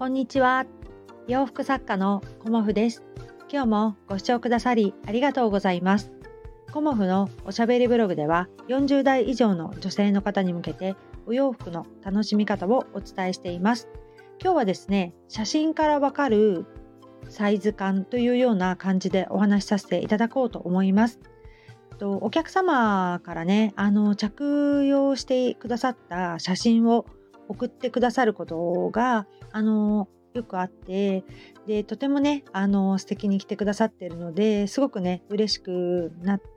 こんにちは。洋服作家のコモフです。今日もご視聴くださりありがとうございます。コモフのおしゃべりブログでは40代以上の女性の方に向けてお洋服の楽しみ方をお伝えしています。今日はですね、写真からわかるサイズ感というような感じでお話しさせていただこうと思います。お客様からね、着用してくださった写真を送ってくださることがよくあって、でとてもね素敵に着てくださっているので、すごくね嬉しくなって、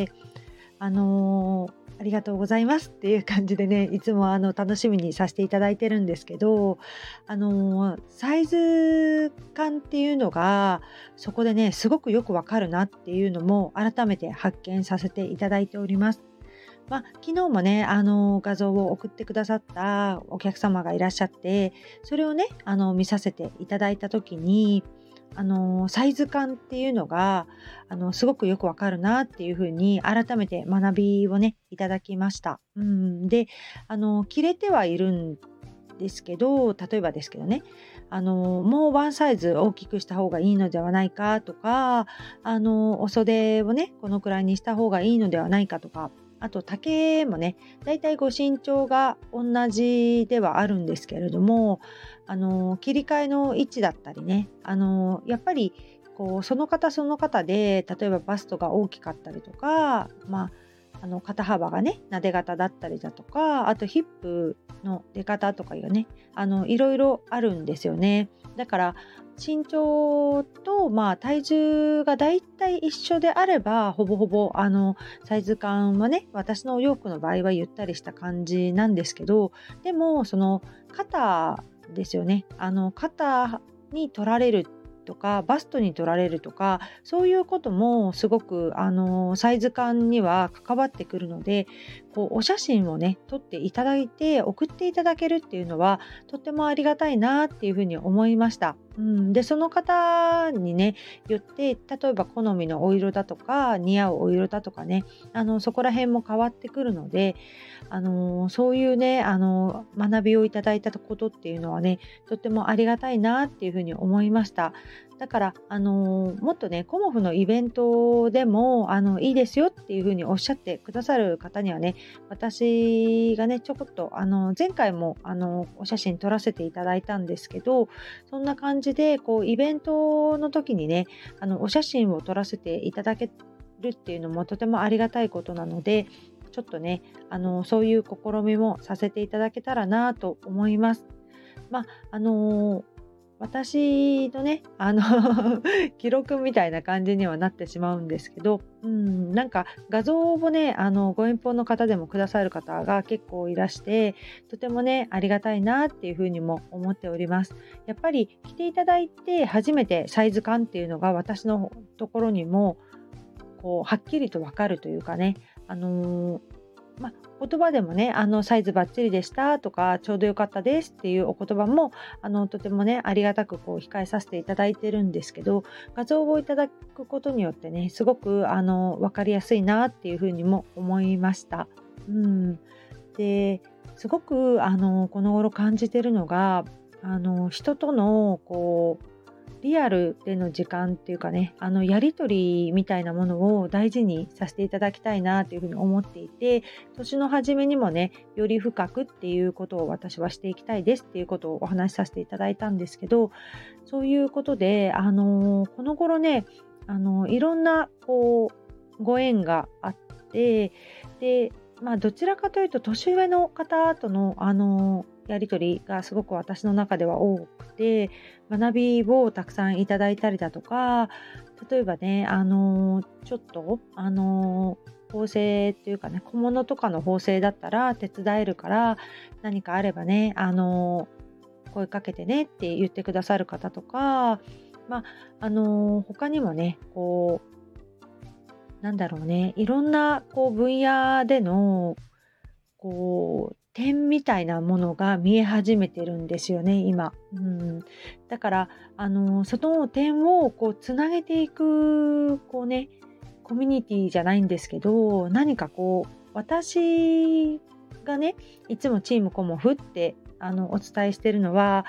ありがとうございますっていう感じでね、いつも楽しみにさせていただいてるんですけど、サイズ感っていうのがそこでねすごくよくわかるなっていうのも改めて発見させていただいております。昨日もね画像を送ってくださったお客様がいらっしゃって、それをね見させていただいた時にサイズ感っていうのがすごくよくわかるなっていうふうに改めて学びをねいただきました。で着れてはいるんですけど、例えばですけどね、もうワンサイズ大きくした方がいいのではないかとか、お袖をねこのくらいにした方がいいのではないかとか、あと丈もねだいたいご身長が同じではあるんですけれども、切り替えの位置だったりね、やっぱりこうその方その方で、例えばバストが大きかったりとか、肩幅がねなで型だったりだとか、あとヒップの出方とかがねいろいろあるんですよね。だから身長と体重がだいたい一緒であればほぼほぼサイズ感はね、私のお洋服の場合はゆったりした感じなんですけど、でもその肩ですよね、肩に取られるとかバストに取られるとか、そういうこともすごくサイズ感には関わってくるので、こうお写真をね撮っていただいて送っていただけるっていうのはとてもありがたいなっていうふうに思いました。でその方にねよって、例えば好みのお色だとか似合うお色だとかね、そこら辺も変わってくるので、そういうね学びをいただいたことっていうのはねとてもありがたいなっていうふうに思いました。だからもっとねコモフのイベントでもいいですよっていうふうにおっしゃってくださる方にはね、私がねちょこっと前回もお写真撮らせていただいたんですけど、そんな感じでこうイベントの時にねお写真を撮らせていただけるっていうのもとてもありがたいことなので、ちょっとねそういう試みもさせていただけたらなと思います。まああの私のね記録みたいな感じにはなってしまうんですけど、なんか画像をねご遠方の方でもくださる方が結構いらして、とてもねありがたいなっていうふうにも思っております。やっぱり来ていただいて初めてサイズ感っていうのが私のところにもこうはっきりとわかるというかね、言葉でもねサイズバッチリでしたとか、ちょうどよかったですっていうお言葉もとてもねありがたくこう控えさせていただいてるんですけど、画像をいただくことによってねすごく分かりやすいなっていうふうにも思いました。ですごくこの頃感じてるのが人とのこうリアルでの時間っていうかね、やり取りみたいなものを大事にさせていただきたいなというふうに思っていて、年の初めにもねより深くっていうことを私はしていきたいですっていうことをお話しさせていただいたんですけど、そういうことでこの頃ねいろんなこうご縁があって、でどちらかというと年上の方とのやり取りがすごく私の中では多くて、学びをたくさんいただいたりだとか、例えばねちょっと縫製っていうかね、小物とかの縫製だったら手伝えるから、何かあればね声かけてねって言ってくださる方とか、他にもねこうなんだろうね、いろんなこう分野でのこう点みたいなものが見え始めてるんですよね今。だからその点をこうつなげていくこうねコミュニティじゃないんですけど、何かこう私がねいつもチームコモフってお伝えしてるのは、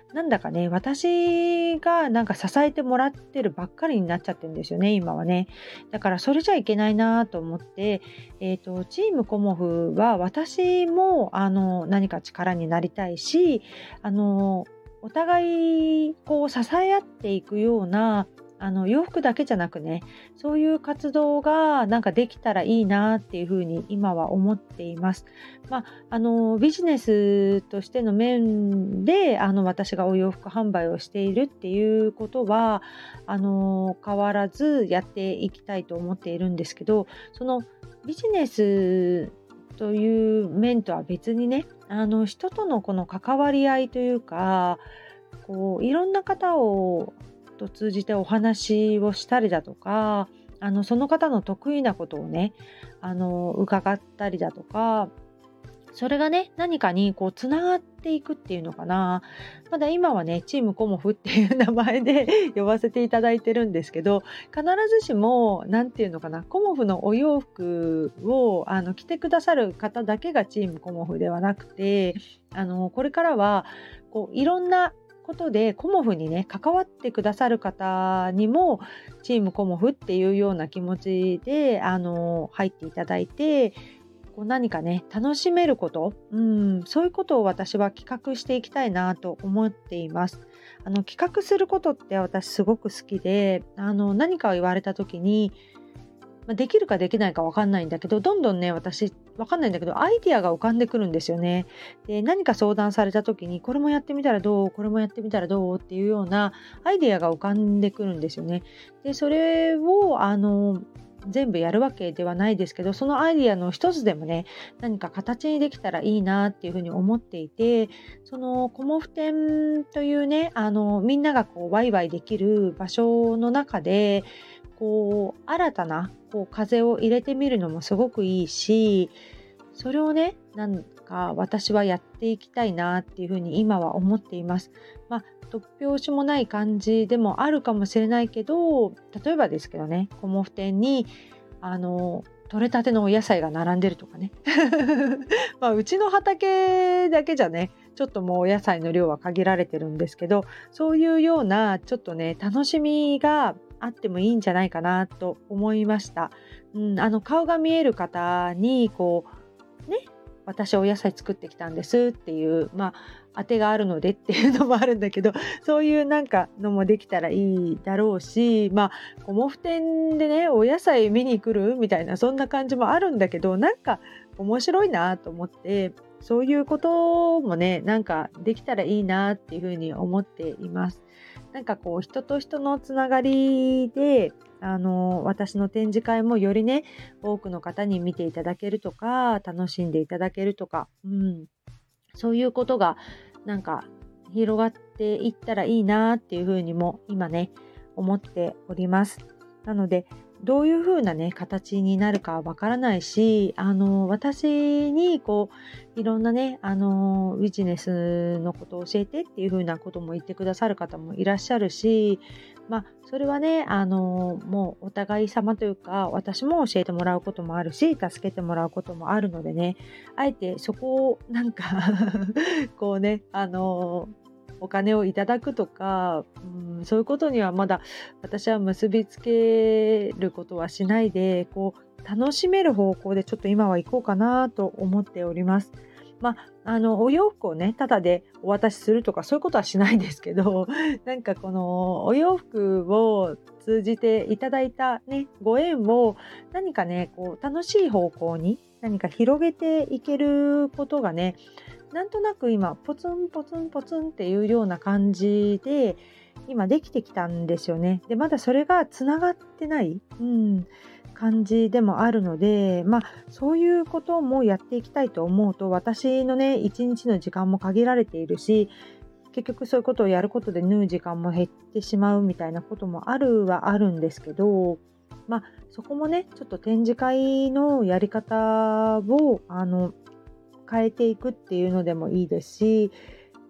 なんだかね、私がなんか支えてもらってるばっかりになっちゃってるんですよね、今はね。だからそれじゃいけないなと思って、チームコモフは私も何か力になりたいし、お互いこう支え合っていくような洋服だけじゃなくね、そういう活動がなんかできたらいいなっていうふうに今は思っています。ビジネスとしての面で私がお洋服販売をしているっていうことは変わらずやっていきたいと思っているんですけど、そのビジネスという面とは別にね、人とのこの関わり合いというか、こういろんな方と通じてお話をしたりだとか、その方の得意なことをね、伺ったりだとか、それがね、何かにこうつながっていくっていうのかな。まだ今はね、チームコモフっていう名前で呼ばせていただいてるんですけど、必ずしも、なんていうのかな、コモフのお洋服を着てくださる方だけがチームコモフではなくて、これからは、こう、いろんなことでコモフにね関わってくださる方にもチームコモフっていうような気持ちで入っていただいて、こう何かね楽しめること、そういうことを私は企画していきたいなと思っています。企画することって私すごく好きで、何かを言われた時にできるかできないか分かんないんだけど、どんどんね、私分かんないんだけど、アイディアが浮かんでくるんですよね。で、何か相談された時に、これもやってみたらどう、これもやってみたらどうっていうようなアイディアが浮かんでくるんですよね。で、それを全部やるわけではないですけど、そのアイディアの一つでもね、何か形にできたらいいなっていうふうに思っていて、そのコモフ展というね、みんながこうワイワイできる場所の中で、こう新たなこう風を入れてみるのもすごくいいし、それをねなんか私はやっていきたいなっていうふうに今は思っています。突拍子もない感じでもあるかもしれないけど、例えばですけどね、コモフ店に取れたてのお野菜が並んでるとかねうちの畑だけじゃねちょっともうお野菜の量は限られてるんですけど、そういうようなちょっとね楽しみがあってもいいんじゃないかなと思いました。顔が見える方にこうね、私お野菜作ってきたんですっていう、当てがあるのでっていうのもあるんだけど、そういうなんかのもできたらいいだろうし、コモフ店でねお野菜見に来るみたいなそんな感じもあるんだけど、なんか面白いなと思って、そういうこともねなんかできたらいいなっていうふうに思っています。なんかこう人と人のつながりで私の展示会もよりね多くの方に見ていただけるとか楽しんでいただけるとか、そういうことがなんか広がっていったらいいなっていうふうにも今ね思っております。なのでどういうふうなね形になるかわからないし、私にこういろんなねビジネスのことを教えてっていうふうなことも言ってくださる方もいらっしゃるし、それはねもうお互い様というか、私も教えてもらうこともあるし助けてもらうこともあるのでね、あえてそこをなんかこうねお金をいただくとか、そういうことにはまだ私は結びつけることはしないで、こう楽しめる方向でちょっと今は行こうかなと思っております。お洋服をねただでお渡しするとかそういうことはしないですけど、なんかこのお洋服を通じていただいたねご縁を何かねこう楽しい方向に何か広げていけることがね、なんとなく今ポツンポツンポツンっていうような感じで今できてきたんですよね。でまだそれがつながってない、感じでもあるので、そういうこともやっていきたいと思うと、私のね一日の時間も限られているし、結局そういうことをやることで縫う時間も減ってしまうみたいなこともあるはあるんですけど、そこもねちょっと展示会のやり方を変えていくっていうのでもいいですし、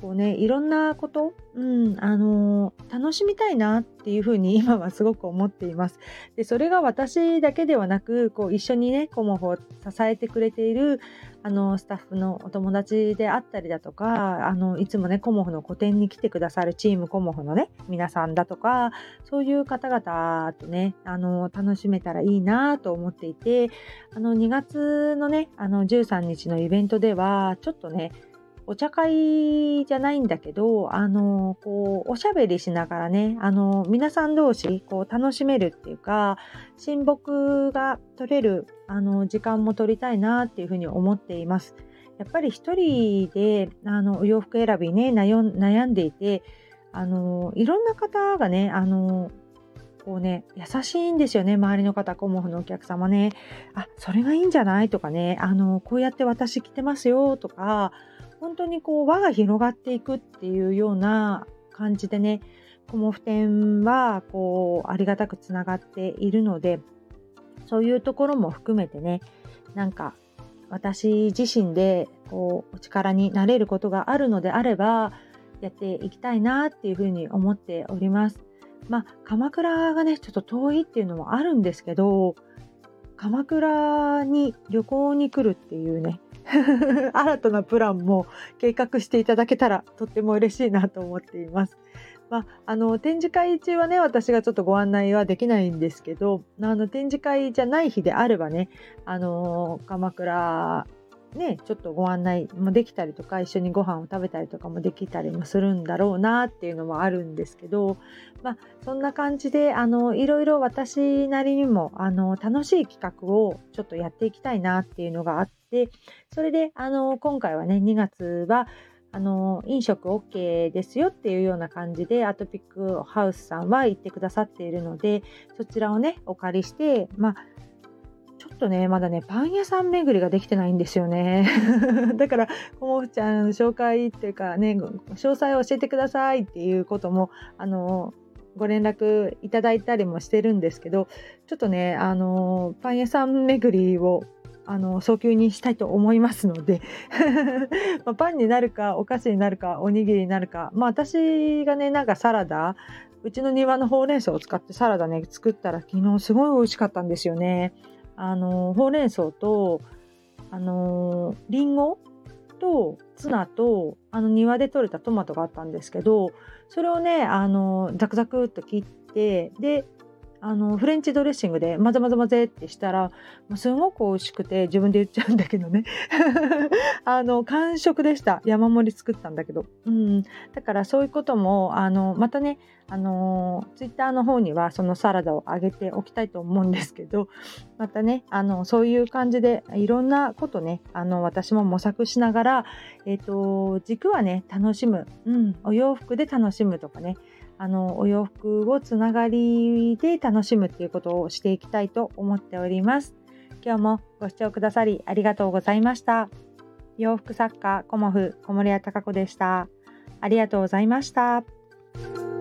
こうね、いろんなこと、楽しみたいなっていうふうに今はすごく思っています。で、それが私だけではなく、こう一緒にね、コモフを支えてくれているスタッフのお友達であったりだとか、いつもね、コモフの個展に来てくださるチームコモフのね、皆さんだとか、そういう方々とね、楽しめたらいいなと思っていて、2月のね、13日のイベントでは、ちょっとね、お茶会じゃないんだけど、こうおしゃべりしながらね、皆さん同士こう楽しめるっていうか、親睦が取れる時間も取りたいなっていうふうに思っています。やっぱり一人でお洋服選びね、悩んでいて、いろんな方がね、こうね、優しいんですよね、周りの方、コモフのお客様ね。あ、それがいいんじゃないとかね、こうやって私着てますよとか、本当にこう輪が広がっていくっていうような感じでね、コモフ展はこうありがたくつながっているので、そういうところも含めてね、なんか私自身でこうお力になれることがあるのであれば、やっていきたいなっていうふうに思っております。鎌倉がね、ちょっと遠いっていうのもあるんですけど、鎌倉に旅行に来るっていうね新たなプランも計画していただけたらとっても嬉しいなと思っています。展示会中はね、私がちょっとご案内はできないんですけど、展示会じゃない日であればね、鎌倉ね、ちょっとご案内もできたりとか、一緒にご飯を食べたりとかもできたりもするんだろうなっていうのもあるんですけど、そんな感じでいろいろ私なりにも楽しい企画をちょっとやっていきたいなっていうのがあって、それで今回はね、2月は飲食 OK ですよっていうような感じでアトピックハウスさんは言ってくださっているので、そちらをねお借りして、ちょっとね、まだね、パン屋さん巡りができてないんですよね。だから、コモフちゃん紹介っていうかね、詳細を教えてくださいっていうことも、ご連絡いただいたりもしてるんですけど、ちょっとね、パン屋さん巡りを、早急にしたいと思いますので、パンになるか、お菓子になるか、おにぎりになるか、私がね、なんかサラダ、うちの庭のほうれん草を使ってサラダね、作ったら昨日すごい美味しかったんですよね。ほうれん草と、リンゴとツナと、庭で採れたトマトがあったんですけど、それをね、ザクザクっと切って、で、フレンチドレッシングで混ぜ混ぜ混ぜってしたら、すごく美味しくて、自分で言っちゃうんだけどね。完食でした。山盛り作ったんだけど。だからそういうことも、またね、ツイッターの方にはそのサラダを上げておきたいと思うんですけど、またね、そういう感じでいろんなことね、私も模索しながら、軸はね、楽しむ。お洋服で楽しむとかね、お洋服をつながりで楽しむっていうことをしていきたいと思っております。今日もご視聴くださりありがとうございました。洋服作家コモフ小森屋貴子でした。ありがとうございました。